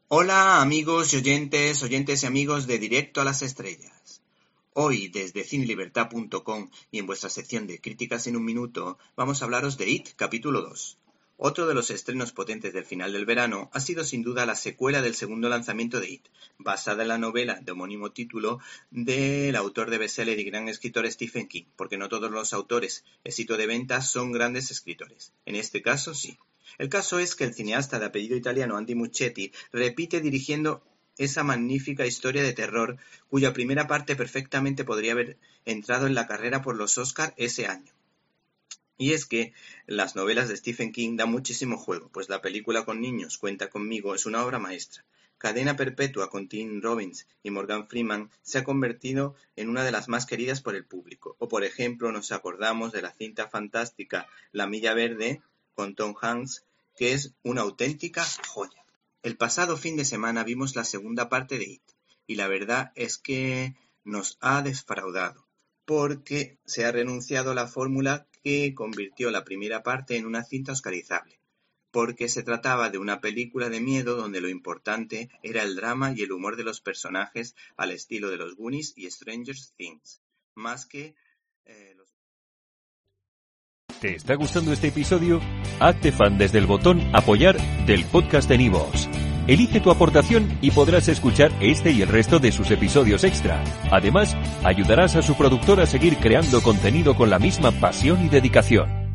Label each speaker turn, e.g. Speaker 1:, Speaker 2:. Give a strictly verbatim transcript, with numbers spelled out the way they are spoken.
Speaker 1: Hola amigos y oyentes, oyentes y amigos de Directo a las Estrellas. Hoy desde cinelibertad punto com y en vuestra sección de Críticas en un Minuto vamos a hablaros de It, capítulo dos. Otro de los estrenos potentes del final del verano ha sido sin duda la secuela del segundo lanzamiento de It, basada en la novela de homónimo título del autor de bestseller y gran escritor Stephen King, porque no todos los autores éxito de ventas son grandes escritores. En este caso sí. El caso es que el cineasta de apellido italiano Andy Muschietti repite dirigiendo esa magnífica historia de terror cuya primera parte perfectamente podría haber entrado en la carrera por los Oscar ese año. Y es que las novelas de Stephen King dan muchísimo juego, pues la película con niños, Cuenta conmigo, es una obra maestra. Cadena Perpetua con Tim Robbins y Morgan Freeman se ha convertido en una de las más queridas por el público. O por ejemplo nos acordamos de la cinta fantástica La Milla Verde con Tom Hanks, que es una auténtica joya. El pasado fin de semana vimos la segunda parte de It, y la verdad es que nos ha defraudado, porque se ha renunciado a la fórmula que convirtió la primera parte en una cinta oscarizable, porque se trataba de una película de miedo donde lo importante era el drama y el humor de los personajes al estilo de los Goonies y Stranger Things, más que eh, los...
Speaker 2: ¿Te está gustando este episodio? Hazte fan desde el botón Apoyar del podcast de Nivos. Elige tu aportación y podrás escuchar este y el resto de sus episodios extra. Además, ayudarás a su productor a seguir creando contenido con la misma pasión y dedicación.